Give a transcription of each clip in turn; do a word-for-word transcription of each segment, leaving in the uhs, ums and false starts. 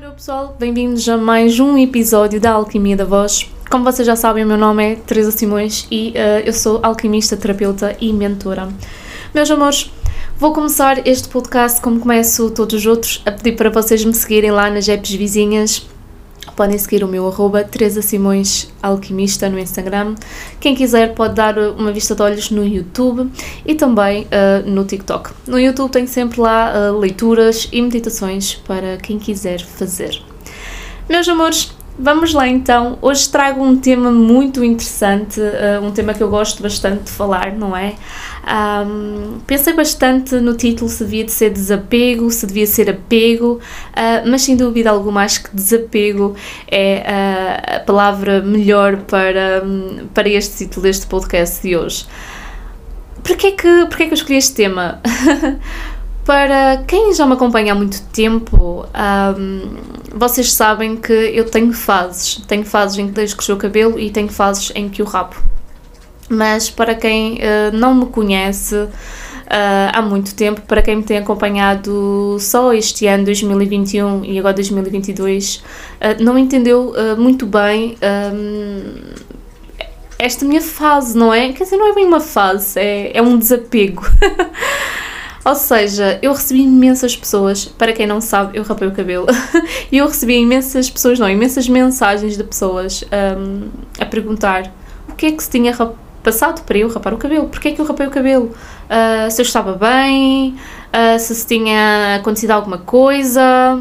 Hello pessoal, bem-vindos a mais um episódio da Alquimia da Voz. Como vocês já sabem, o meu nome é Teresa Simões e uh, eu sou alquimista, terapeuta e mentora. Meus amores, vou começar este podcast como começo todos os outros, a pedir para vocês me seguirem lá nas apps vizinhas. Podem seguir o meu arroba Teresa Simões Alquimista no Instagram. Quem quiser pode dar uma vista de olhos no YouTube e também uh, no TikTok. No YouTube tenho sempre lá uh, leituras e meditações para quem quiser fazer. Meus amores, vamos lá então. Hoje trago um tema muito interessante, uh, um tema que eu gosto bastante de falar, não é? Um, pensei bastante no título se devia de ser desapego, se devia ser apego, uh, mas sem dúvida alguma acho que desapego é uh, a palavra melhor para, um, para este título deste podcast de hoje. Porquê que, porquê que eu escolhi este tema? Para quem já me acompanha há muito tempo, um, vocês sabem que eu tenho fases, tenho fases em que deixo crescer o cabelo e tenho fases em que o rapo. Mas para quem uh, não me conhece uh, há muito tempo, para quem me tem acompanhado só este ano, dois mil e vinte e um e agora dois mil e vinte e dois, uh, não entendeu uh, muito bem um, esta minha fase, não é? Quer dizer, não é bem uma fase, é, é um desapego. Ou seja, eu recebi imensas pessoas, para quem não sabe, eu rapei o cabelo, e eu recebi imensas pessoas, não, imensas mensagens de pessoas um, a perguntar o que é que se tinha passado para eu rapar o cabelo, porque é que eu rapei o cabelo, uh, se eu estava bem, uh, se se tinha acontecido alguma coisa,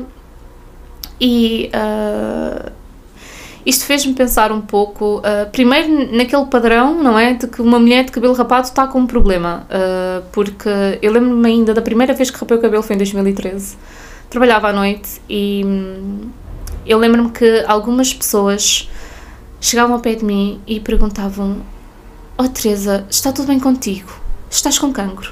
e uh, isto fez-me pensar um pouco, uh, primeiro naquele padrão, não é, de que uma mulher de cabelo rapado está com um problema, uh, porque eu lembro-me ainda da primeira vez que rapei o cabelo foi em dois mil e treze, trabalhava à noite e hum, eu lembro-me que algumas pessoas chegavam ao pé de mim e perguntavam: "Oh Teresa, está tudo bem contigo? Estás com cancro?"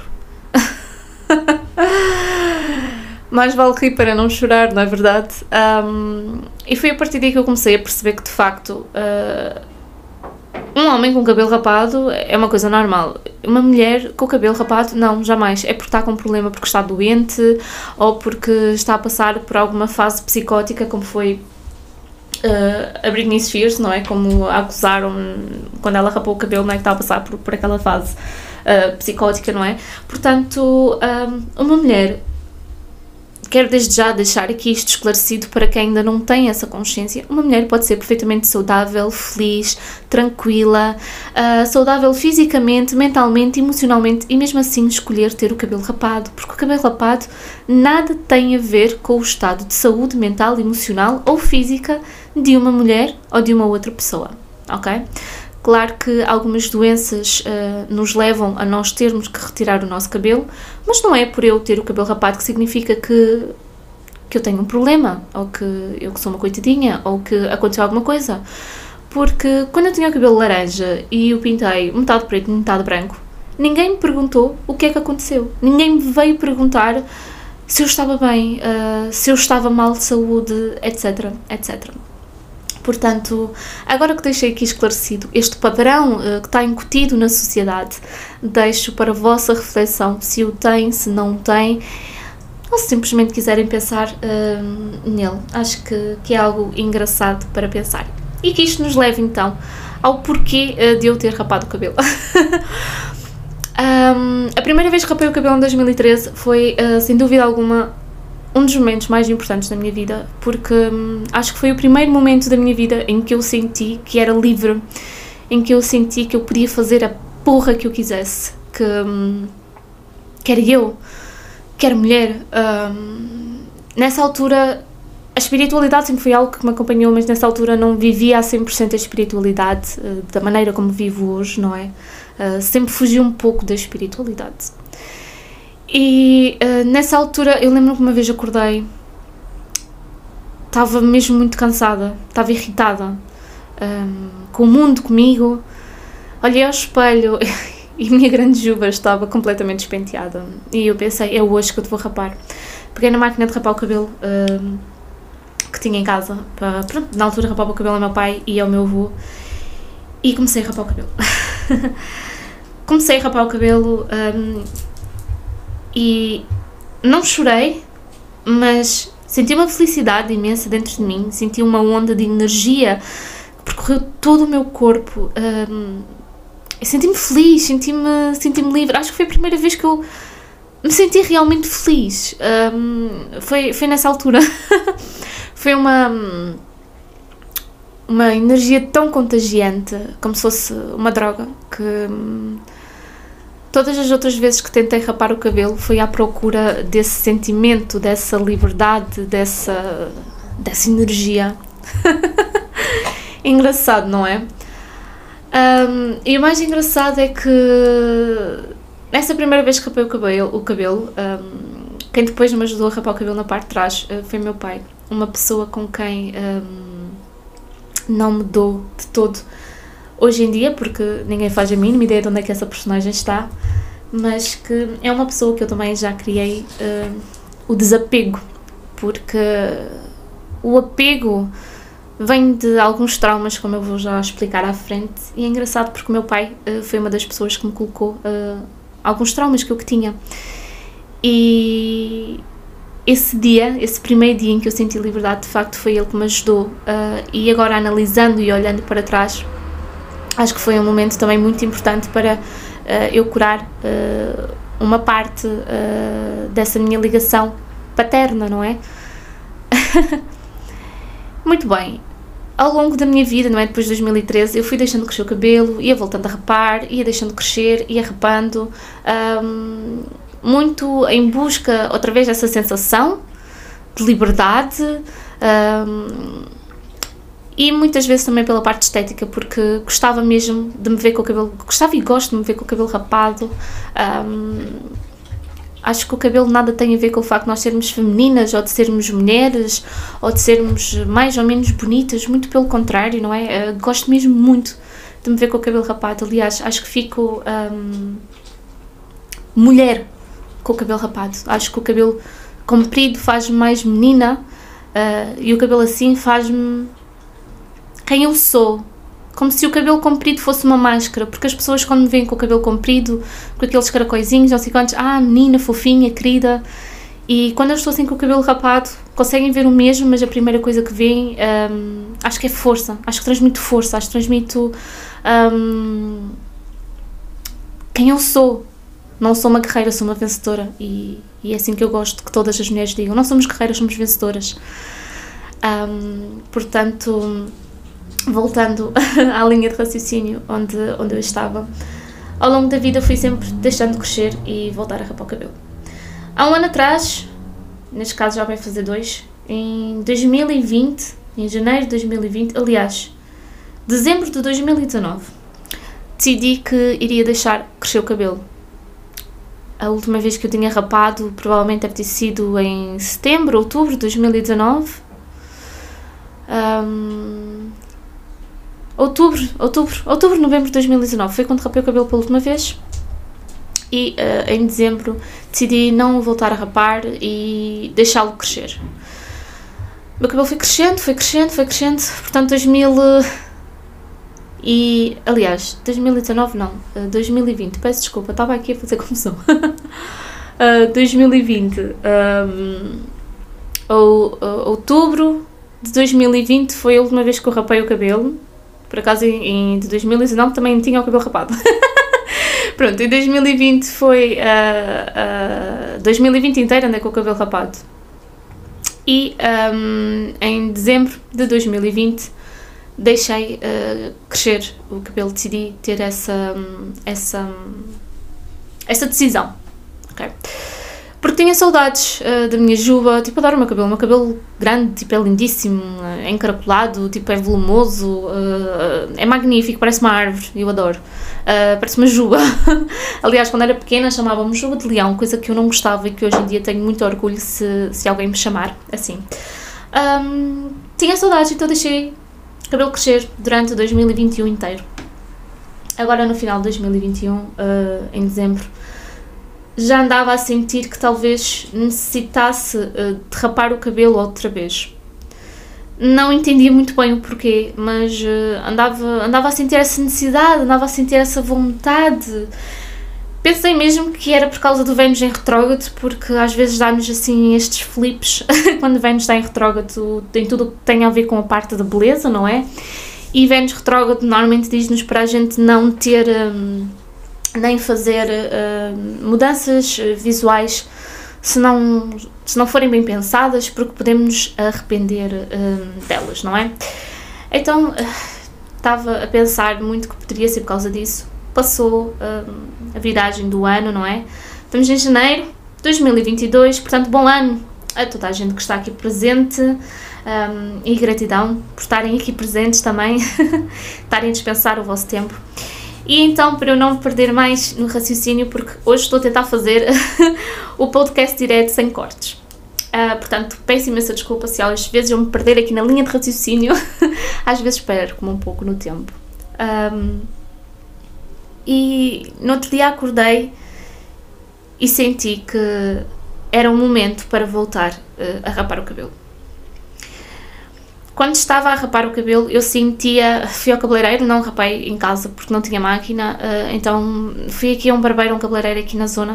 Mais vale rir para não chorar, não é verdade? Um, e foi a partir daí que eu comecei a perceber que, de facto, uh, um homem com cabelo rapado é uma coisa normal. Uma mulher com cabelo rapado, não, jamais. É porque está com um problema, porque está doente ou porque está a passar por alguma fase psicótica, como foi uh, a Britney Spears, não é? Como a acusaram quando ela rapou o cabelo, não é? Que está a passar por, por aquela fase uh, psicótica, não é? Portanto, um, uma mulher... Quero desde já deixar aqui isto esclarecido para quem ainda não tem essa consciência. Uma mulher pode ser perfeitamente saudável, feliz, tranquila, uh, saudável fisicamente, mentalmente, emocionalmente e mesmo assim escolher ter o cabelo rapado, porque o cabelo rapado nada tem a ver com o estado de saúde mental, emocional ou física de uma mulher ou de uma outra pessoa, ok? Claro que algumas doenças uh, nos levam a nós termos que retirar o nosso cabelo, mas não é por eu ter o cabelo rapado que significa que, que eu tenho um problema, ou que eu que sou uma coitadinha, ou que aconteceu alguma coisa. Porque quando eu tinha o cabelo laranja e o pintei metade preto e metade branco, ninguém me perguntou o que é que aconteceu. Ninguém me veio perguntar se eu estava bem, uh, se eu estava mal de saúde, etc, etcétera. Portanto, agora que deixei aqui esclarecido este padrão uh, que está incutido na sociedade, deixo para a vossa reflexão se o tem, se não tem, ou se simplesmente quiserem pensar uh, nele. Acho que, que é algo engraçado para pensar. E que isto nos leve então ao porquê uh, de eu ter rapado o cabelo. um, a primeira vez que rapei o cabelo em dois mil e treze foi, uh, sem dúvida alguma, um dos momentos mais importantes da minha vida, porque hum, acho que foi o primeiro momento da minha vida em que eu senti que era livre, em que eu senti que eu podia fazer a porra que eu quisesse, que, hum, que era eu, que era mulher. Hum, nessa altura, a espiritualidade sempre foi algo que me acompanhou, mas nessa altura não vivia a cem por cento a espiritualidade uh, da maneira como vivo hoje, não é? Uh, sempre fugi um pouco da espiritualidade. E uh, nessa altura eu lembro que uma vez acordei, estava mesmo muito cansada, estava irritada, um, com o mundo comigo, olhei ao espelho e a minha grande juba estava completamente despenteada e eu pensei, é hoje que eu te vou rapar. Peguei na máquina de rapar o cabelo um, que tinha em casa, para, pronto, na altura rapava o cabelo ao meu pai e ao meu avô e comecei a rapar o cabelo. Comecei a rapar o cabelo um, e não chorei, mas Senti uma felicidade imensa dentro de mim, senti uma onda de energia que percorreu todo o meu corpo. Um, eu senti-me feliz, senti-me senti-me livre. Acho que foi a primeira vez que eu me senti realmente feliz. Um, foi, foi nessa altura. Foi uma, uma energia tão contagiante, como se fosse uma droga, que um, todas as outras vezes que tentei rapar o cabelo foi à procura desse sentimento, dessa liberdade, dessa, dessa energia. Engraçado, não é? Um, e o mais engraçado é que nessa primeira vez que rapei o cabelo, o cabelo um, quem depois me ajudou a rapar o cabelo na parte de trás uh, foi meu pai, uma pessoa com quem um, não me dou de todo hoje em dia, porque ninguém faz a mínima ideia de onde é que essa personagem está, mas que é uma pessoa que eu também já criei uh, o desapego, porque o apego vem de alguns traumas, como eu vou já explicar à frente, e é engraçado porque o meu pai uh, foi uma das pessoas que me colocou uh, alguns traumas que eu que tinha, e esse dia, esse primeiro dia em que eu senti liberdade, de facto foi ele que me ajudou, uh, e agora analisando e olhando para trás, acho que foi um momento também muito importante para uh, eu curar uh, uma parte uh, dessa minha ligação paterna, não é? Muito bem, ao longo da minha vida, não é? Depois de dois mil e treze, eu fui deixando crescer o cabelo, ia voltando a rapar, ia deixando crescer, ia rapando, um, muito em busca, outra vez, dessa sensação de liberdade, um, e muitas vezes também pela parte estética, porque gostava mesmo de me ver com o cabelo, gostava e gosto de me ver com o cabelo rapado. Um, acho que o cabelo nada tem a ver com o facto de nós sermos femininas, ou de sermos mulheres, ou de sermos mais ou menos bonitas, muito pelo contrário, não é? Uh, gosto mesmo muito de me ver com o cabelo rapado. Aliás, acho que fico um, mulher com o cabelo rapado. Acho que o cabelo comprido faz-me mais menina, uh, e o cabelo assim faz-me quem eu sou, como se o cabelo comprido fosse uma máscara, porque as pessoas quando me veem com o cabelo comprido, com aqueles caracóizinhos, não sei quantos, ah, menina, fofinha, querida, e quando eu estou assim com o cabelo rapado, conseguem ver o mesmo, mas a primeira coisa que veem, um, acho que é força, acho que transmito força, acho que transmito um, quem eu sou. Não sou uma guerreira, sou uma vencedora, e, e é assim que eu gosto que todas as mulheres digam, não somos guerreiras, somos vencedoras. Um, portanto, voltando à linha de raciocínio onde, onde eu estava, ao longo da vida fui sempre deixando crescer e voltar a rapar o cabelo. Há um ano atrás, neste caso já vai fazer dois, em dois mil e vinte, em janeiro de dois mil e vinte, aliás, dezembro de dois mil e dezanove, decidi que iria deixar crescer o cabelo. A última vez que eu tinha rapado provavelmente deve ter sido em setembro, outubro de dois mil e dezanove. Um, outubro, outubro, outubro, novembro de dois mil e dezanove foi quando rapei o cabelo pela última vez, e uh, em dezembro decidi não voltar a rapar e deixá-lo crescer. O meu cabelo foi crescendo, foi crescendo, foi crescendo, portanto dois mil e, aliás, dois mil e dezanove não, uh, dois mil e vinte, peço desculpa, estava aqui a fazer confusão. uh, dois mil e vinte, um, ou, uh, outubro de dois mil e vinte foi a última vez que eu rapei o cabelo. Por acaso em, em de dois mil e dezanove também tinha o cabelo rapado. Pronto, em dois mil e vinte foi uh, uh, dois mil e vinte inteiro andei com o cabelo rapado, e um, em dezembro de dois mil e vinte deixei uh, crescer o cabelo, decidi ter essa essa, essa decisão, ok? Porque tinha saudades uh, da minha juba, tipo, adoro o meu cabelo, o meu cabelo grande, tipo, é lindíssimo, é encaracolado, tipo, é volumoso, uh, é magnífico, parece uma árvore, eu adoro, uh, parece uma juba. Aliás, quando era pequena chamava-me juba de leão, coisa que eu não gostava e que hoje em dia tenho muito orgulho se, se alguém me chamar assim. Um, tinha saudades, então deixei o cabelo crescer durante dois mil e vinte e um inteiro. Agora no final de dois mil e vinte e um, uh, em dezembro, já andava a sentir que talvez necessitasse uh, de rapar o cabelo outra vez. Não entendia muito bem o porquê, mas uh, andava, andava a sentir essa necessidade, andava a sentir essa vontade. Pensei mesmo que era por causa do Vênus em retrógrado, porque às vezes dá-nos assim estes flips quando Vênus está em retrógrado em tudo o que tem a ver com a parte da beleza, não é? E Vênus retrógrado normalmente diz-nos para a gente não ter, um, nem fazer um, mudanças visuais se não, se não forem bem pensadas, porque podemos nos arrepender um, delas, não é? Então, uh, estava a pensar muito que poderia ser por causa disso. Passou um, a viragem do ano, não é? Estamos em janeiro de dois mil e vinte e dois, portanto, bom ano a toda a gente que está aqui presente, um, e gratidão por estarem aqui presentes também, estarem a dispensar o vosso tempo. E então, para eu não me perder mais no raciocínio, porque hoje estou a tentar fazer o podcast direto sem cortes. Uh, portanto, peço imensa desculpa se às vezes eu me perder aqui na linha de raciocínio, às vezes perco-me um pouco no tempo. Um, E no outro dia acordei e senti que era um momento para voltar uh, a rapar o cabelo. Quando estava a rapar o cabelo, eu sentia... Fui ao cabeleireiro, não rapei em casa porque não tinha máquina, uh, então fui aqui a um barbeiro, um cabeleireiro aqui na zona.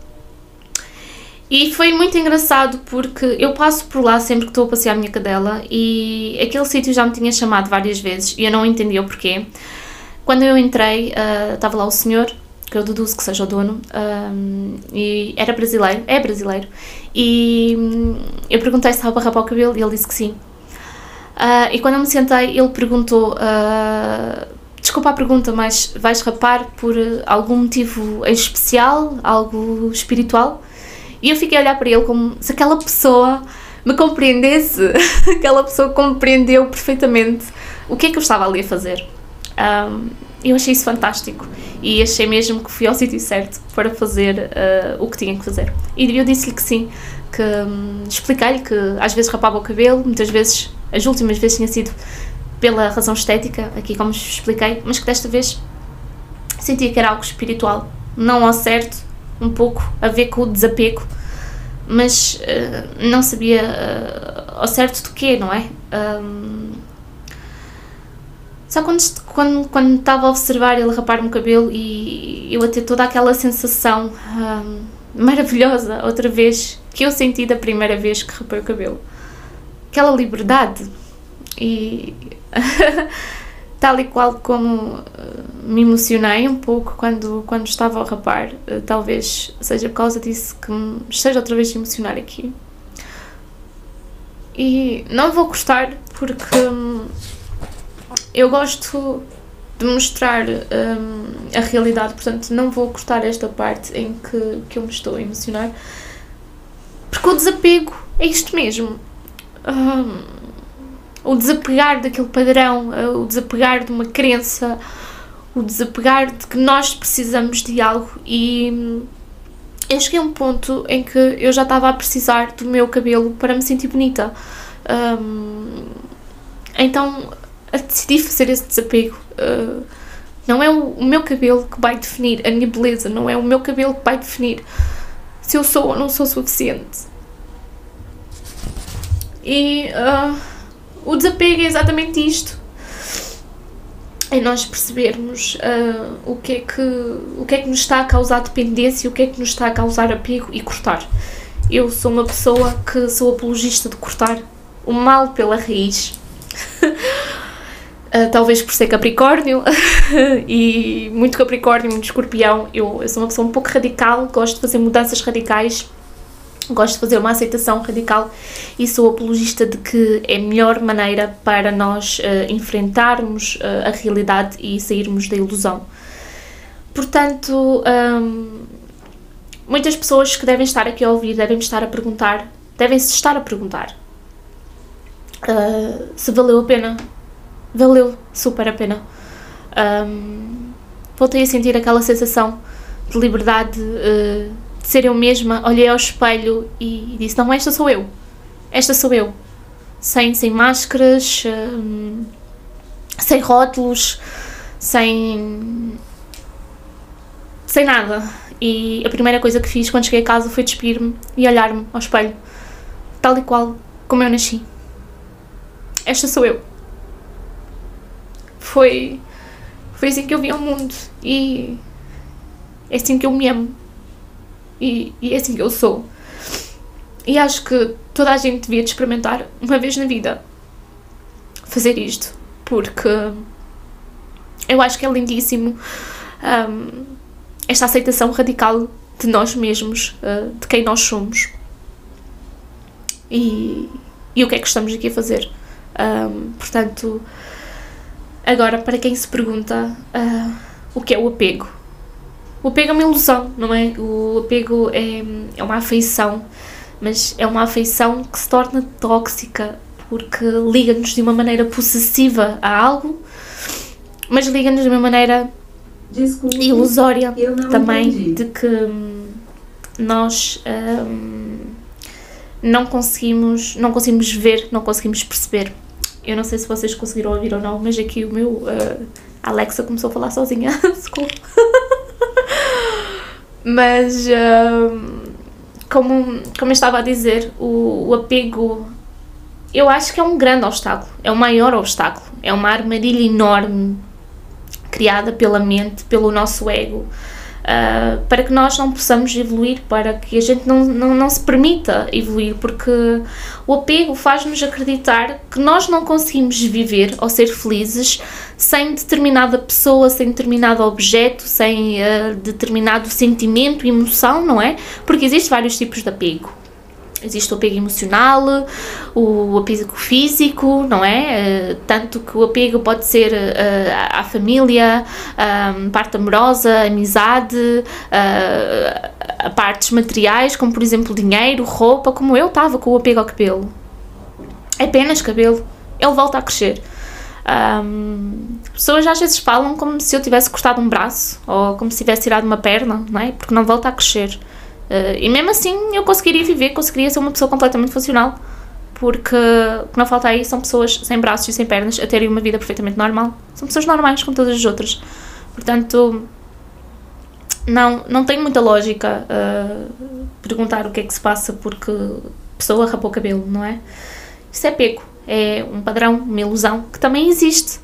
E foi muito engraçado porque eu passo por lá sempre que estou a passear a minha cadela e aquele sítio já me tinha chamado várias vezes e eu não entendia o porquê. Quando eu entrei, uh, estava lá o senhor, que eu deduzo que seja o dono, um, e era brasileiro, é brasileiro, e um, eu perguntei se estava para rapar o cabelo e ele disse que sim. Uh, e quando eu me sentei, ele perguntou, uh, desculpa a pergunta, mas vais rapar por algum motivo em especial, algo espiritual? E eu fiquei a olhar para ele como se aquela pessoa me compreendesse, aquela pessoa compreendeu perfeitamente o que é que eu estava ali a fazer. Um, eu achei isso fantástico e achei mesmo que fui ao sítio certo para fazer uh, o que tinha que fazer. E eu disse-lhe que sim, que um, expliquei-lhe que às vezes rapava o cabelo, muitas vezes, as últimas vezes tinha sido pela razão estética, aqui como expliquei, mas que desta vez sentia que era algo espiritual, não ao certo, um pouco a ver com o desapego, mas uh, não sabia uh, ao certo do quê, não é? Um, Só quando, quando, quando estava a observar ele rapar-me o cabelo e eu a ter toda aquela sensação hum, maravilhosa, outra vez, que eu senti da primeira vez que rapei o cabelo. Aquela liberdade e tal e qual como uh, me emocionei um pouco quando, quando estava a rapar, uh, talvez seja por causa disso que me esteja outra vez a emocionar aqui. E não vou gostar porque... Hum, eu gosto de mostrar um, a realidade, portanto não vou cortar esta parte em que, que eu me estou a emocionar, porque o desapego é isto mesmo, um, o desapegar daquele padrão, o desapegar de uma crença, o desapegar de que nós precisamos de algo. E eu cheguei a um ponto em que eu já estava a precisar do meu cabelo para me sentir bonita, um, então decidi fazer esse desapego. Uh, não é o, o meu cabelo que vai definir a minha beleza, não é o meu cabelo que vai definir se eu sou ou não sou suficiente. E uh, o desapego é exatamente isto, é nós percebermos uh, o, que é que, o que é que nos está a causar dependência, o que é que nos está a causar apego e cortar. Eu sou uma pessoa que sou apologista de cortar o mal pela raiz. Uh, talvez por ser Capricórnio e muito Capricórnio, muito Escorpião. Eu, eu sou uma pessoa um pouco radical, gosto de fazer mudanças radicais, gosto de fazer uma aceitação radical e sou apologista de que é a melhor maneira para nós uh, enfrentarmos uh, a realidade e sairmos da ilusão. Portanto, um, muitas pessoas que devem estar aqui a ouvir devem estar a perguntar, devem-se estar a perguntar uh, se valeu a pena. Valeu super a pena. Um, voltei a sentir aquela sensação de liberdade, uh, de ser eu mesma. Olhei ao espelho e disse, não, esta sou eu. Esta sou eu. Sem, sem máscaras, um, sem rótulos, sem... sem nada. E a primeira coisa que fiz quando cheguei a casa foi despir-me e olhar-me ao espelho. Tal e qual como eu nasci. Esta sou eu. Foi, foi assim que eu vi o mundo e é assim que eu me amo. E, e é assim que eu sou. E acho que toda a gente devia de experimentar uma vez na vida fazer isto, porque eu acho que é lindíssimo um, esta aceitação radical de nós mesmos, uh, de quem nós somos e, e o que é que estamos aqui a fazer. Um, portanto, agora, para quem se pergunta uh, o que é o apego, o apego é uma ilusão, não é? O apego é, é uma afeição, mas é uma afeição que se torna tóxica porque liga-nos de uma maneira possessiva a algo, mas liga-nos de uma maneira Desculpe, ilusória também, entendi. De que hum, nós hum, não conseguimos, não conseguimos ver, não conseguimos perceber. Eu não sei se vocês conseguiram ouvir ou não, mas aqui o meu uh, Alexa começou a falar sozinha. Mas uh, como, como eu estava a dizer, o, o apego, eu acho que é um grande obstáculo, é o maior obstáculo, é uma armadilha enorme criada pela mente, pelo nosso ego, uh, para que nós não possamos evoluir, para que a gente não, não, não se permita evoluir, porque o apego faz-nos acreditar que nós não conseguimos viver ou ser felizes sem determinada pessoa, sem determinado objeto, sem uh, determinado sentimento, emoção, não é? Porque existem vários tipos de apego. Existe o apego emocional, o apego físico, não é? Uh, tanto que o apego pode ser uh, à família, um, parte amorosa, amizade, uh, a partes materiais, como por exemplo dinheiro, roupa, como eu estava com o apego ao cabelo. Apenas cabelo, ele volta a crescer. Um, pessoas às vezes falam como se eu tivesse cortado um braço, ou como se tivesse tirado uma perna, não é? Porque não volta a crescer. Uh, e mesmo assim eu conseguiria viver, conseguiria ser uma pessoa completamente funcional, porque o que não falta aí são pessoas sem braços e sem pernas a terem uma vida perfeitamente normal. São pessoas normais como todas as outras. Portanto, não, não tem muita lógica uh, perguntar o que é que se passa porque a pessoa rapou o cabelo, não é? Isso é apego, é um padrão, uma ilusão que também existe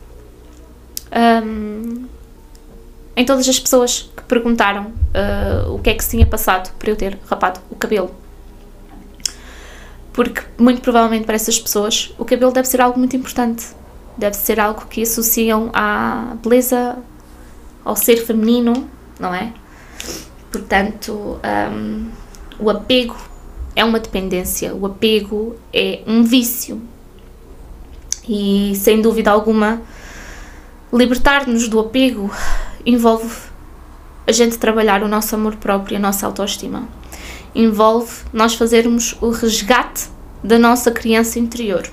um, em todas as pessoas que perguntaram uh, o que é que se tinha passado para eu ter rapado o cabelo. Porque, muito provavelmente para essas pessoas, o cabelo deve ser algo muito importante. Deve ser algo que associam à beleza, ao ser feminino, não é? Portanto, um, o apego é uma dependência, o apego é um vício. E, sem dúvida alguma, libertar-nos do apego envolve a gente trabalhar o nosso amor próprio, a nossa autoestima. Envolve nós fazermos o resgate da nossa criança interior.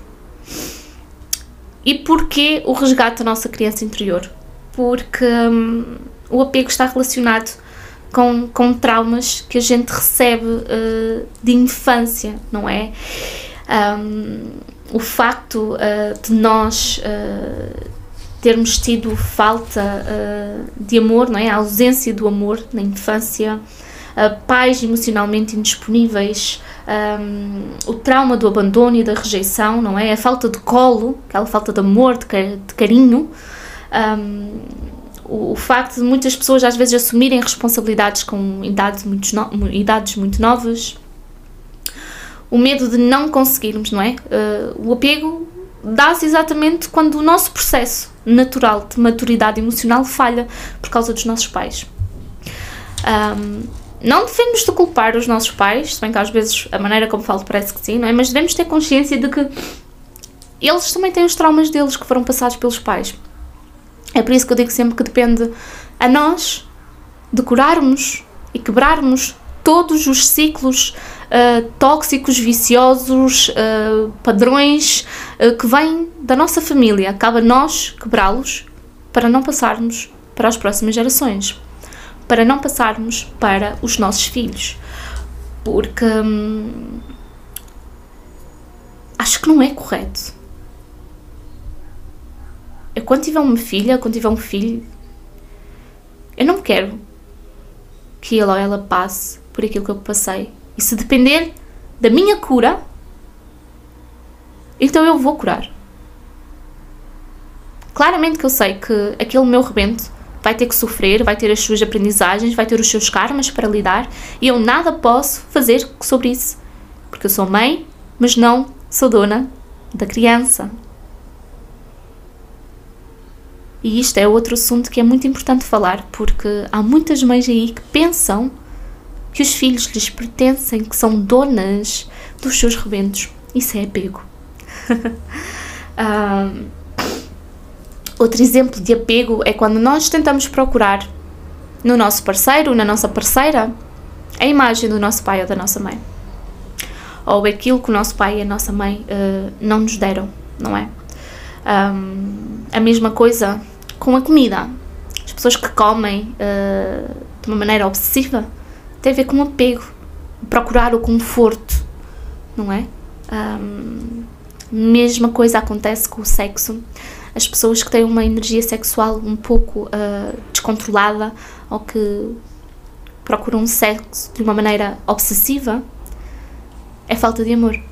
E porquê o resgate da nossa criança interior? Porque hum, o apego está relacionado com, com traumas que a gente recebe uh, de infância, não é? Um, o facto uh, de nós uh, termos tido falta uh, de amor, não é? A ausência do amor na infância, uh, pais emocionalmente indisponíveis, um, o trauma do abandono e da rejeição, não é? A falta de colo, aquela falta de amor, de, car de carinho, um, o, o facto de muitas pessoas às vezes assumirem responsabilidades com idades muito, no idades muito novas, o medo de não conseguirmos, não é? Uh, o apego dá-se exatamente quando o nosso processo natural de maturidade emocional falha por causa dos nossos pais. Um, não devemos de culpar os nossos pais, se bem que às vezes a maneira como falo parece que sim, não é? Mas devemos ter consciência de que eles também têm os traumas deles que foram passados pelos pais. É por isso que eu digo sempre que depende a nós de curarmos e quebrarmos todos os ciclos uh, tóxicos, viciosos, uh, padrões uh, que vêm da nossa família. Cabe a nós quebrá-los para não passarmos para as próximas gerações, para não passarmos para os nossos filhos. Porque hum, acho que não é correto. Eu, quando tiver uma filha, quando tiver um filho, eu não quero que ele ou ela passe por aquilo que eu passei. E se depender da minha cura, então eu vou curar. Claramente que eu sei que aquele meu rebento vai ter que sofrer, vai ter as suas aprendizagens, vai ter os seus karmas para lidar e eu nada posso fazer sobre isso. Porque eu sou mãe, mas não sou dona da criança. E isto é outro assunto que é muito importante falar, porque há muitas mães aí que pensam que os filhos lhes pertencem, que são donas dos seus rebentos. Isso é apego. um, outro exemplo de apego é quando nós tentamos procurar no nosso parceiro, na nossa parceira, a imagem do nosso pai ou da nossa mãe. Ou aquilo que o nosso pai e a nossa mãe uh, não nos deram, não é? Um, a mesma coisa com a comida. As pessoas que comem uh, de uma maneira obsessiva tem a ver com apego, procurar o conforto, não é? Um, mesma coisa acontece com o sexo. As pessoas que têm uma energia sexual um pouco uh, descontrolada ou que procuram sexo de uma maneira obsessiva é falta de amor.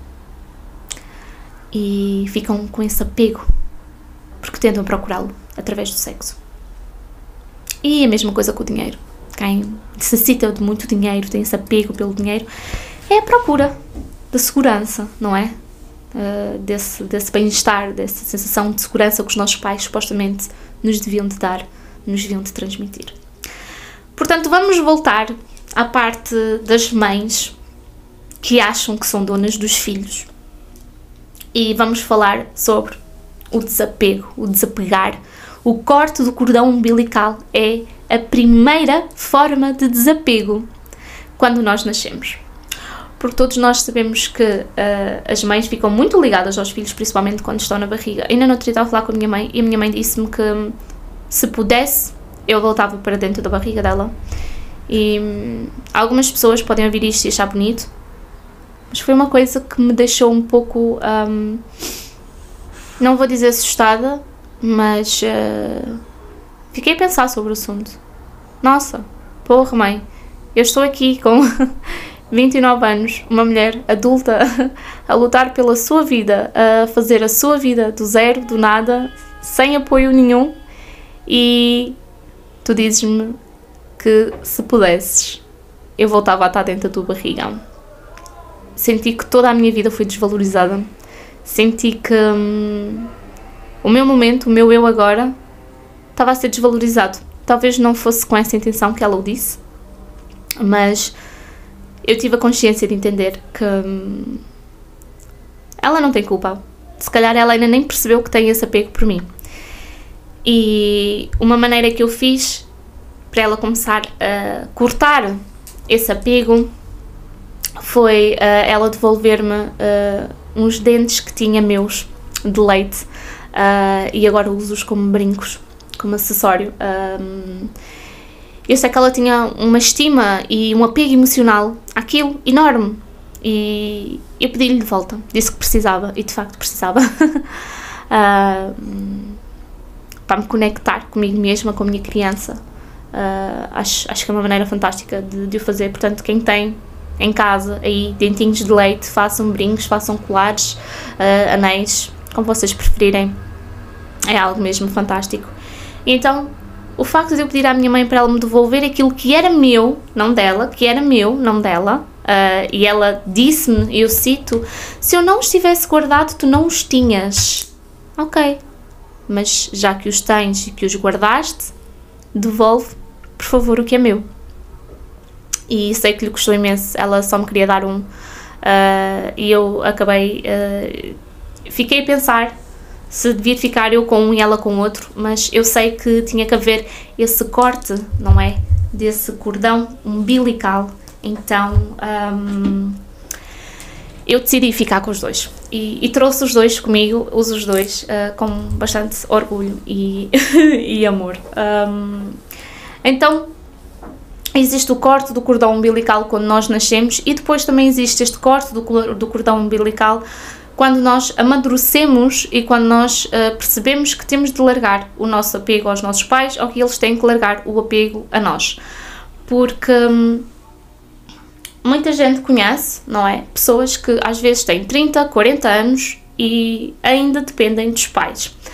E ficam com esse apego porque tentam procurá-lo através do sexo. E a mesma coisa com o dinheiro. Quem necessita de muito dinheiro, tem esse apego pelo dinheiro, é a procura da segurança, não é? Uh, desse, desse bem-estar, dessa sensação de segurança que os nossos pais supostamente nos deviam de dar, nos deviam de transmitir. Portanto, vamos voltar à parte das mães que acham que são donas dos filhos. E vamos falar sobre o desapego, o desapegar. O corte do cordão umbilical é a primeira forma de desapego quando nós nascemos. Porque todos nós sabemos que uh, as mães ficam muito ligadas aos filhos, principalmente quando estão na barriga. Ainda no outro dia estava a falar com a minha mãe e a minha mãe disse-me que se pudesse, eu voltava para dentro da barriga dela. E hum, algumas pessoas podem ouvir isto e achar bonito, mas foi uma coisa que me deixou um pouco, um, não vou dizer assustada, mas uh, fiquei a pensar sobre o assunto. Nossa, porra mãe, eu estou aqui com vinte e nove anos, uma mulher adulta, a lutar pela sua vida, a fazer a sua vida do zero, do nada, sem apoio nenhum, e tu dizes-me que se pudesses, eu voltava a estar dentro da tua barriga. Senti que toda a minha vida foi desvalorizada. Senti que hum, o meu momento, o meu eu agora, estava a ser desvalorizado. Talvez não fosse com essa intenção que ela o disse, mas eu tive a consciência de entender que hum, ela não tem culpa. Se calhar ela ainda nem percebeu que tem esse apego por mim. E uma maneira que eu fiz para ela começar a cortar esse apego foi uh, ela devolver-me uh, uns dentes que tinha meus de leite uh, e agora uso-os como brincos, como acessório. Um, eu sei que ela tinha uma estima e um apego emocional àquilo enorme e eu pedi-lhe de volta, disse que precisava e de facto precisava uh, para me conectar comigo mesma, com a minha criança. Uh, acho, acho que é uma maneira fantástica de, de o fazer. Portanto, quem tem em casa aí dentinhos de leite, façam brincos, façam colares, uh, anéis, como vocês preferirem, é algo mesmo fantástico. E então o facto de eu pedir à minha mãe para ela me devolver aquilo que era meu, não dela, que era meu, não dela, uh, e ela disse-me, eu cito, se eu não os tivesse guardado, tu não os tinhas. Ok, mas já que os tens e que os guardaste, devolve, por favor, o que é meu. E sei que lhe custou imenso, ela só me queria dar um, uh, e eu acabei, uh, fiquei a pensar se devia ficar eu com um e ela com outro, mas eu sei que tinha que haver esse corte, não é? Desse cordão umbilical, então um, eu decidi ficar com os dois e, e trouxe os dois comigo, uso os dois uh, com bastante orgulho e, e amor. Um, então existe o corte do cordão umbilical quando nós nascemos e depois também existe este corte do, do cordão umbilical quando nós amadurecemos e quando nós uh, percebemos que temos de largar o nosso apego aos nossos pais ou que eles têm que largar o apego a nós. Porque hum, muita gente conhece, não é? Pessoas que às vezes têm trinta, quarenta anos e ainda dependem dos pais.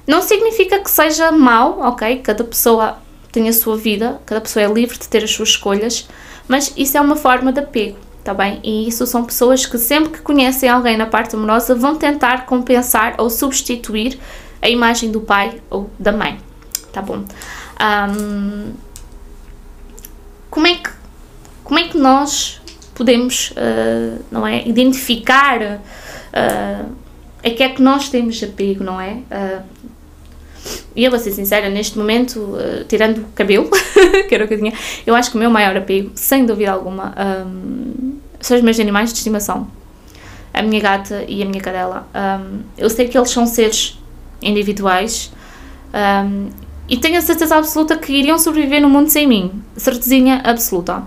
Não significa que seja mau, ok? Cada pessoa tem a sua vida, cada pessoa é livre de ter as suas escolhas, mas isso é uma forma de apego, tá bem? E isso são pessoas que sempre que conhecem alguém na parte amorosa vão tentar compensar ou substituir a imagem do pai ou da mãe, tá bom? Um, como é que, como é que nós podemos, uh, não é, identificar uh, a que é que nós temos apego, não é? Uh, e eu vou ser sincera, neste momento, uh, tirando o cabelo, que era o que eu tinha, eu acho que o meu maior apego, sem dúvida alguma, um, são os meus animais de estimação. A minha gata e a minha cadela. Um, eu sei que eles são seres individuais um, e tenho a certeza absoluta que iriam sobreviver no mundo sem mim. Certezinha absoluta.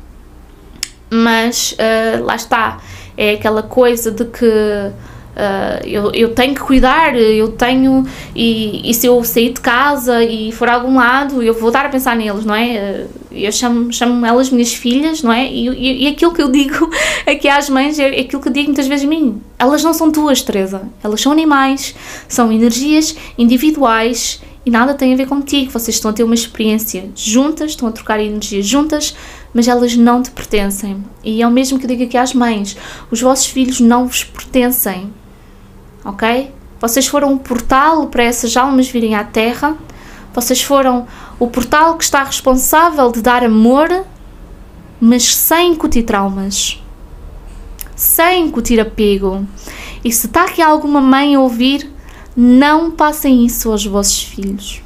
Mas uh, lá está. É aquela coisa de que Uh, eu, eu tenho que cuidar, eu tenho, e, e se eu sair de casa e for a algum lado, eu vou estar a pensar neles, não é? Uh, eu chamo, chamo elas minhas filhas, não é? E, e, e aquilo que eu digo aqui às mães é aquilo que eu digo muitas vezes a mim. Elas não são tuas, Teresa. Elas são animais, são energias individuais e nada tem a ver contigo. Vocês estão a ter uma experiência juntas, estão a trocar energias juntas, mas elas não te pertencem. E é o mesmo que eu digo aqui às mães. Os vossos filhos não vos pertencem. Ok? Vocês foram o portal para essas almas virem à Terra, vocês foram o portal que está responsável de dar amor, mas sem incutir traumas, sem incutir apego. E se está aqui alguma mãe a ouvir, não passem isso aos vossos filhos.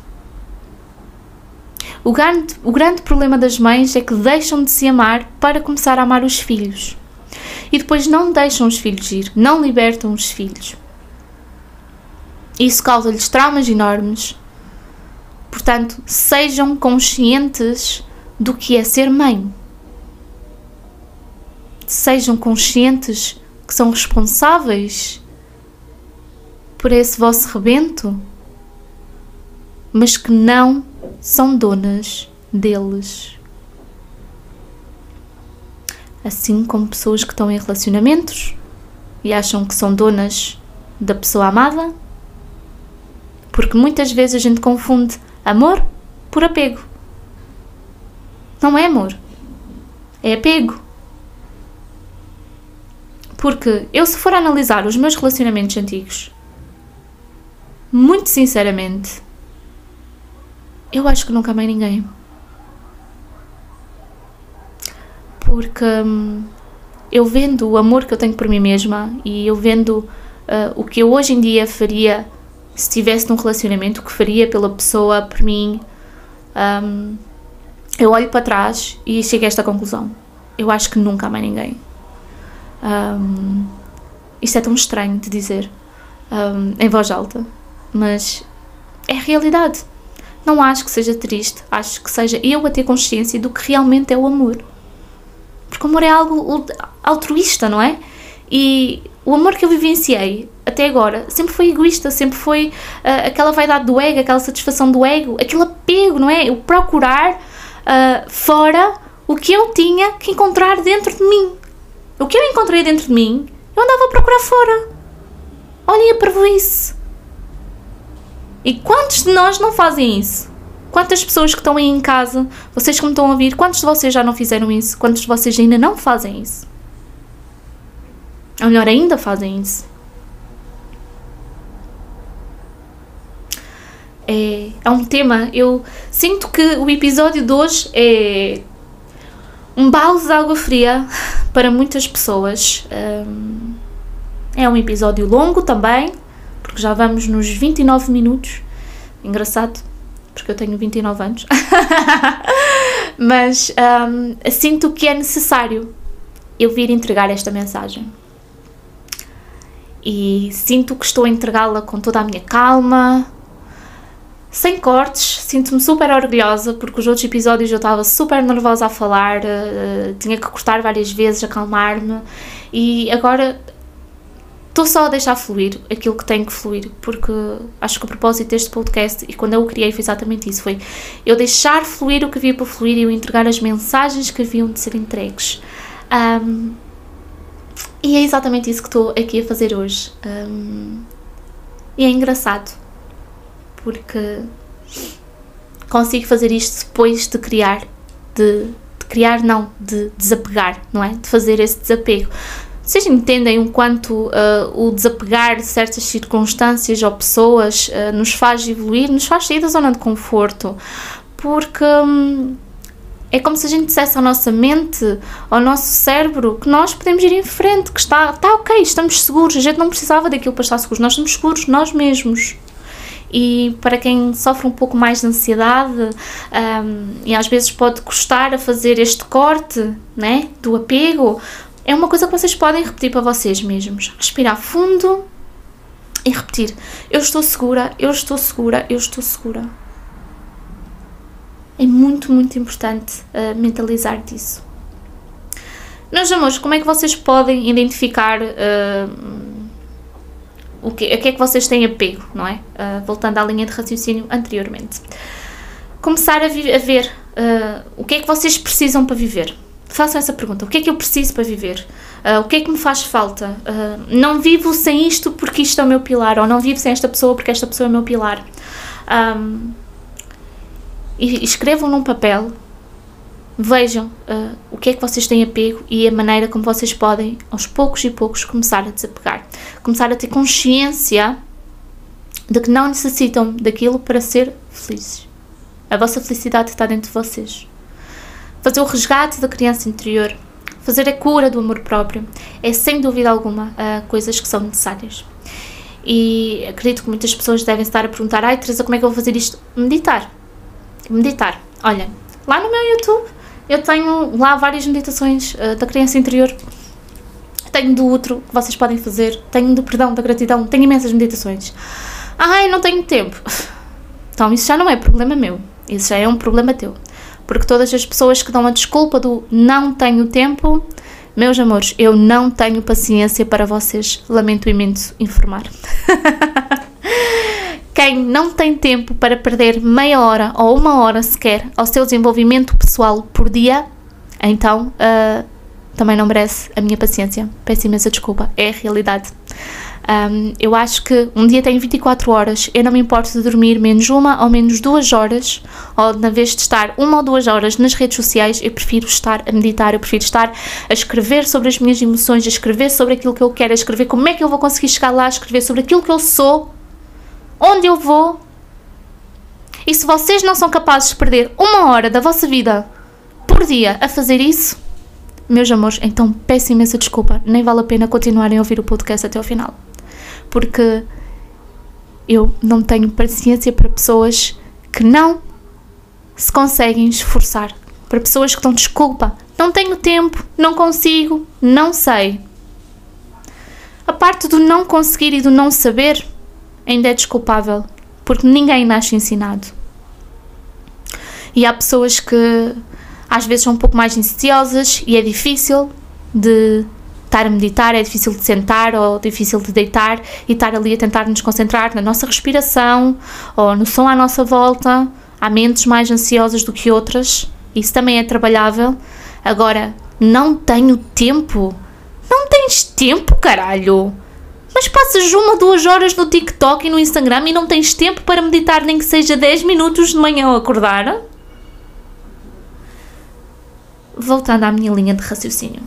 O grande, o grande problema das mães é que deixam de se amar para começar a amar os filhos. E depois não deixam os filhos ir, não libertam os filhos. Isso causa-lhes traumas enormes. Portanto, sejam conscientes do que é ser mãe. Sejam conscientes que são responsáveis por esse vosso rebento, mas que não são donas deles. Assim como pessoas que estão em relacionamentos e acham que são donas da pessoa amada, porque muitas vezes a gente confunde amor por apego. Não é amor, é apego. Porque eu, se for analisar os meus relacionamentos antigos, muito sinceramente, eu acho que nunca amei ninguém. Porque hum, eu vendo o amor que eu tenho por mim mesma e eu vendo uh, o que eu hoje em dia faria se estivesse num relacionamento, o que faria pela pessoa, por mim, um, eu olho para trás e chego a esta conclusão. Eu acho que nunca amei ninguém. Um, isto é tão estranho de dizer um, em voz alta, mas é a realidade. Não acho que seja triste, acho que seja eu a ter consciência do que realmente é o amor. Porque o amor é algo altruísta, não é? E o amor que eu vivenciei até agora sempre foi egoísta, sempre foi uh, aquela vaidade do ego, aquela satisfação do ego, aquele apego, não é? Eu procurar uh, fora o que eu tinha que encontrar dentro de mim. O que eu encontrei dentro de mim, eu andava a procurar fora. Olhem a parvoíce. E quantos de nós não fazem isso? Quantas pessoas que estão aí em casa, vocês que me estão a ouvir, quantos de vocês já não fizeram isso? Quantos de vocês ainda não fazem isso? Ou melhor, ainda fazem isso? É, é um tema, eu sinto que o episódio de hoje é um balde de água fria para muitas pessoas. Um, é um episódio longo também, porque já vamos nos vinte e nove minutos. Engraçado, porque eu tenho vinte e nove anos. Mas um, sinto que é necessário eu vir entregar esta mensagem. E sinto que estou a entregá-la com toda a minha calma, sem cortes. Sinto-me super orgulhosa, porque os outros episódios eu estava super nervosa a falar, uh, tinha que cortar várias vezes, acalmar-me, e agora estou só a deixar fluir aquilo que tem que fluir, porque acho que o propósito deste podcast, e quando eu o criei foi exatamente isso, foi eu deixar fluir o que havia para fluir e eu entregar as mensagens que haviam de ser entregues. Um, e é exatamente isso que estou aqui a fazer hoje. Um, e é engraçado, porque consigo fazer isto depois de criar, de, de criar não, de desapegar, não é? De fazer esse desapego. Vocês entendem o quanto uh, o desapegar de certas circunstâncias ou pessoas uh, nos faz evoluir, nos faz sair da zona de conforto, porque hum, é como se a gente dissesse à nossa mente, ao nosso cérebro, que nós podemos ir em frente, que está, está ok, estamos seguros, a gente não precisava daquilo para estar seguros, nós estamos seguros nós mesmos. E para quem sofre um pouco mais de ansiedade, um, e às vezes pode custar a fazer este corte, né, do apego, é uma coisa que vocês podem repetir para vocês mesmos. Respirar fundo e repetir: eu estou segura, eu estou segura, eu estou segura. É muito, muito importante uh, mentalizar disso. Meus amores, como é que vocês podem identificar uh, o que, a que é que vocês têm apego, não é? Uh, voltando à linha de raciocínio anteriormente. Começar a, a ver uh, o que é que vocês precisam para viver. Façam essa pergunta: o que é que eu preciso para viver? Uh, o que é que me faz falta? Uh, não vivo sem isto porque isto é o meu pilar, ou não vivo sem esta pessoa porque esta pessoa é o meu pilar. Um, e escrevam num papel, vejam uh, o que é que vocês têm apego e a maneira como vocês podem, aos poucos e poucos, começar a desapegar. Começar a ter consciência de que não necessitam daquilo para ser felizes. A vossa felicidade está dentro de vocês. Fazer o resgate da criança interior, fazer a cura do amor próprio, é sem dúvida alguma uh, coisas que são necessárias. E acredito que muitas pessoas devem estar a perguntar: ai Teresa, como é que eu vou fazer isto? Meditar. Meditar. Olha, lá no meu YouTube eu tenho lá várias meditações uh, da criança interior. Tenho do outro que vocês podem fazer. Tenho do perdão, da gratidão. Tenho imensas meditações. Ai, não tenho tempo. Então isso já não é problema meu. Isso já é um problema teu. Porque todas as pessoas que dão a desculpa do não tenho tempo, meus amores, eu não tenho paciência para vocês. Lamento imenso informar. Quem não tem tempo para perder meia hora ou uma hora sequer ao seu desenvolvimento pessoal por dia, então uh, também não merece a minha paciência. Peço imensa desculpa, é a realidade. Um, eu acho que um dia tem vinte e quatro horas, eu não me importo de dormir menos uma ou menos duas horas, ou na vez de estar uma ou duas horas nas redes sociais, eu prefiro estar a meditar, eu prefiro estar a escrever sobre as minhas emoções, a escrever sobre aquilo que eu quero, a escrever como é que eu vou conseguir chegar lá, a escrever sobre aquilo que eu sou, onde eu vou. E se vocês não são capazes de perder uma hora da vossa vida por dia a fazer isso, meus amores, então peço imensa desculpa, nem vale a pena continuarem a ouvir o podcast até ao final. Porque eu não tenho paciência para pessoas que não se conseguem esforçar. Para pessoas que dão desculpa. Não tenho tempo, não consigo, não sei. A parte do não conseguir e do não saber ainda é desculpável. Porque ninguém nasce ensinado. E há pessoas que às vezes são um pouco mais ansiosas e é difícil de estar a meditar, é difícil de sentar ou difícil de deitar e estar ali a tentar nos concentrar na nossa respiração ou no som à nossa volta. Há mentes mais ansiosas do que outras, isso também é trabalhável. Agora, não tenho tempo. Não tens tempo, caralho? Mas passas uma, duas horas no TikTok e no Instagram e não tens tempo para meditar nem que seja dez minutos de manhã ao acordar? Voltando à minha linha de raciocínio.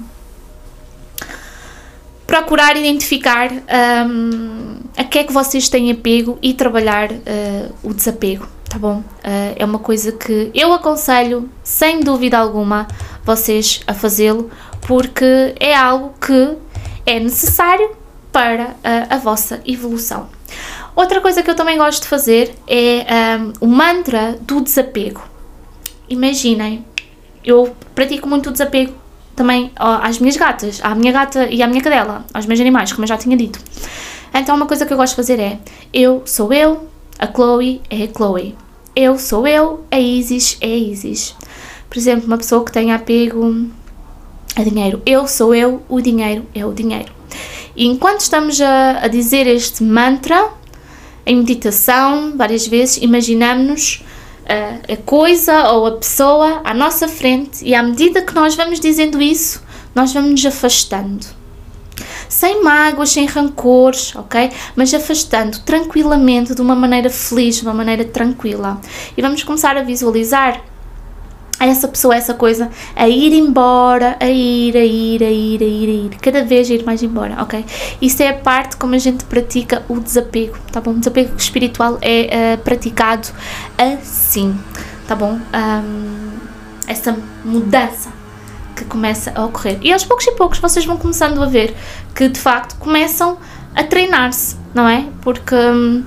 Procurar identificar um, a que é que vocês têm apego e trabalhar uh, o desapego, tá bom? Uh, é uma coisa que eu aconselho, sem dúvida alguma, vocês a fazê-lo, porque é algo que é necessário para uh, a vossa evolução. Outra coisa que eu também gosto de fazer é um, o mantra do desapego. Imaginem, eu pratico muito o desapego também às minhas gatas, à minha gata e à minha cadela, aos meus animais, como eu já tinha dito. Então uma coisa que eu gosto de fazer é: eu sou eu, a Chloe é a Chloe. Eu sou eu, a Isis é a Isis. Por exemplo, uma pessoa que tem apego a dinheiro: eu sou eu, o dinheiro é o dinheiro. E enquanto estamos a, a dizer este mantra, em meditação, várias vezes, imaginamos-nos a coisa ou a pessoa à nossa frente e à medida que nós vamos dizendo isso, nós vamos nos afastando. sem mágoas, sem rancores, ok? Mas afastando tranquilamente, de uma maneira feliz, de uma maneira tranquila. E vamos começar a visualizar essa pessoa, essa coisa, a ir embora, a ir, a ir, a ir, a ir, a ir, cada vez a ir mais embora, ok? Isso é a parte como a gente pratica o desapego, tá bom? O desapego espiritual é uh, praticado assim, tá bom? Um, essa mudança que começa a ocorrer. E aos poucos e poucos vocês vão começando a ver que, de facto, começam a treinar-se, não é? Porque... Hum,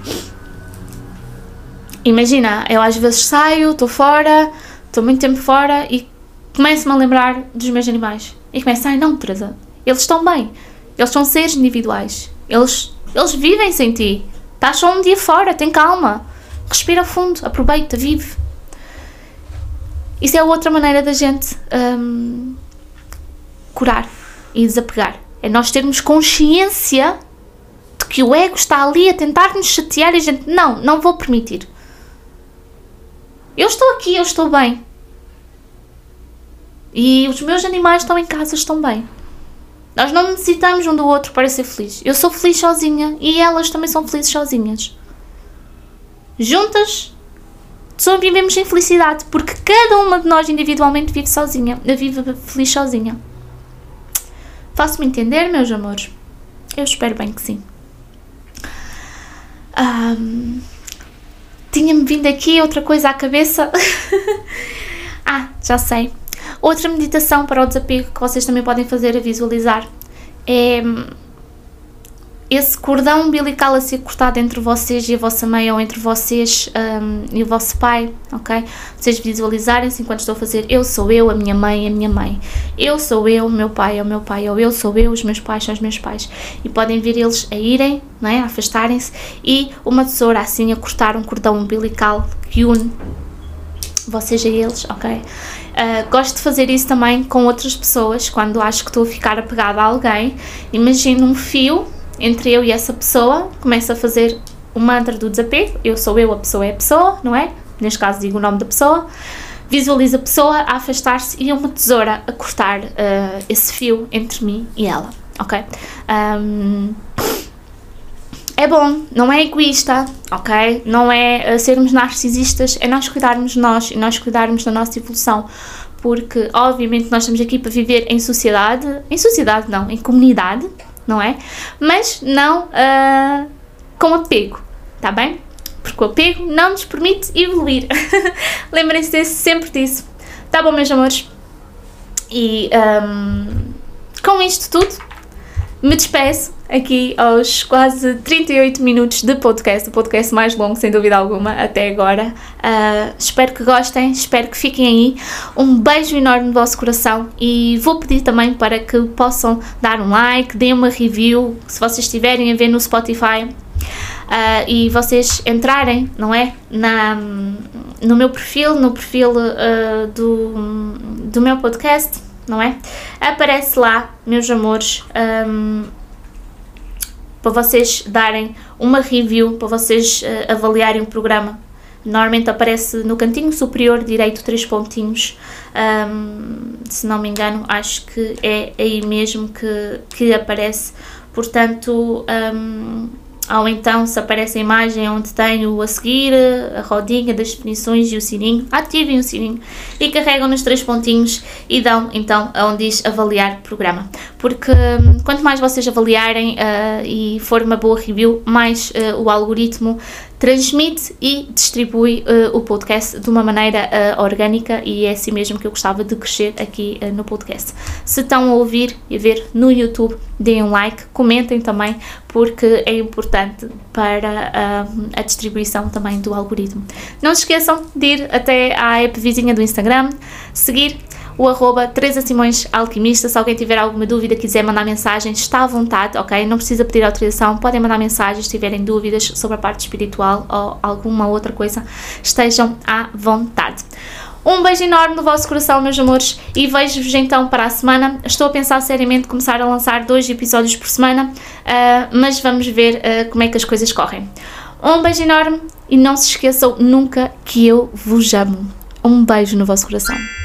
imagina, eu às vezes saio, estou fora... Estou muito tempo fora e começo-me a lembrar dos meus animais. E começo, ai não, Teresa, eles estão bem. Eles são seres individuais. Eles, eles vivem sem ti. Estás só um dia fora, tem calma. Respira fundo, aproveita, vive. Isso é outra maneira da gente hum, curar e desapegar. É nós termos consciência de que o ego está ali a tentar nos chatear e a gente, não, não vou permitir. Eu estou aqui, eu estou bem. E os meus animais estão em casa, estão bem. Nós não necessitamos um do outro para ser feliz. Eu sou feliz sozinha e elas também são felizes sozinhas. Juntas, só vivemos em felicidade, porque cada uma de nós individualmente vive sozinha, vive feliz sozinha. Faço-me entender, meus amores? Eu espero bem que sim. Um... Tinha-me vindo aqui outra coisa à cabeça. Ah, já sei. Outra meditação para o desapego que vocês também podem fazer a visualizar é esse cordão umbilical a ser cortado entre vocês e a vossa mãe, ou entre vocês um, e o vosso pai, ok? Vocês visualizarem-se enquanto estou a fazer eu sou eu, a minha mãe, a minha mãe. Eu sou eu, o meu pai é o meu pai, ou eu sou eu, os meus pais são os meus pais. E podem ver eles a irem, não é? A afastarem-se, e uma tesoura assim a cortar um cordão umbilical que une vocês a eles, ok? Uh, gosto de fazer isso também com outras pessoas, quando acho que estou a ficar apegada a alguém. Imagino um fio entre eu e essa pessoa, começo a fazer o mantra do desapego, eu sou eu, a pessoa é a pessoa, não é? Neste caso digo o nome da pessoa, visualizo a pessoa a afastar-se e uma tesoura a cortar uh, esse fio entre mim e ela, ok? Um, é bom, não é egoísta, ok? Não é uh, sermos narcisistas, é nós cuidarmos de nós e nós cuidarmos da nossa evolução, porque obviamente nós estamos aqui para viver em sociedade, em sociedade não, em comunidade, não é? Mas não uh, com apego, tá bem? Porque o apego não nos permite evoluir. Lembrem-se sempre disso. Tá bom, meus amores? E um, com isto tudo, me despeço aqui aos quase trinta e oito minutos de podcast, o podcast mais longo, sem dúvida alguma, até agora. Uh, espero que gostem, espero que fiquem aí. Um beijo enorme no vosso coração e vou pedir também para que possam dar um like, deem uma review, se vocês estiverem a ver no Spotify, uh, e vocês entrarem, não é? Na, no meu perfil, no perfil uh, do, do meu podcast, não é? Aparece lá, meus amores, um, para vocês darem uma review, para vocês uh, avaliarem o programa. Normalmente aparece no cantinho superior direito três pontinhos, um, se não me engano, acho que é aí mesmo que, que aparece. Portanto, um, ou então se aparece a imagem onde tenho a seguir, a rodinha das definições e o sininho, ativem o sininho e carregam nos três pontinhos e dão então onde diz avaliar programa, porque hum, quanto mais vocês avaliarem uh, e for uma boa review, mais uh, o algoritmo transmite e distribui uh, o podcast de uma maneira uh, orgânica, e é assim mesmo que eu gostava de crescer aqui uh, no podcast. Se estão a ouvir e a ver no YouTube, deem um like, comentem também, porque é importante para uh, a distribuição também do algoritmo. Não se esqueçam de ir até à app vizinha do Instagram, seguir o arroba Teresa Simões Alquimista. Se alguém tiver alguma dúvida, quiser mandar mensagem, está à vontade, ok? Não precisa pedir autorização, podem mandar mensagens se tiverem dúvidas sobre a parte espiritual ou alguma outra coisa, estejam à vontade. Um beijo enorme no vosso coração, meus amores, e vejo-vos então para a semana. Estou a pensar seriamente começar a lançar dois episódios por semana, uh, mas vamos ver uh, como é que as coisas correm. Um beijo enorme e não se esqueçam nunca que eu vos amo. Um beijo no vosso coração.